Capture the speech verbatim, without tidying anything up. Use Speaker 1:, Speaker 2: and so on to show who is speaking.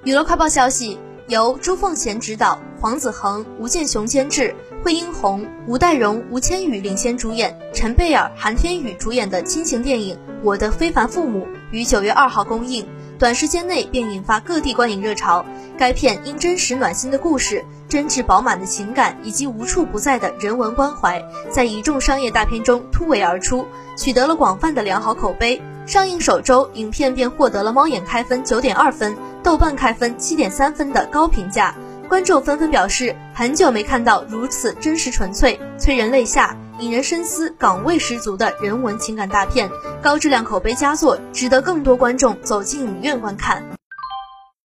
Speaker 1: 娱乐快报消息，由朱凤贤执导，黄子恒、吴建雄监制，惠英红、吴岱融、吴千语领衔主演，陈贝尔、韩天宇主演的亲情电影《我的非凡父母》于九月二号公映，短时间内便引发各地观影热潮。该片因真实暖心的故事、真挚饱满的情感以及无处不在的人文关怀，在一众商业大片中突围而出，取得了广泛的良好口碑。上映首周，影片便获得了猫眼开分 九点二 分、豆瓣开分 七点三 分的高评价。观众纷纷表示，很久没看到如此真实纯粹、催人泪下、引人深思、港味十足的人文情感大片，高质量口碑佳作，值得更多观众走进影院观看。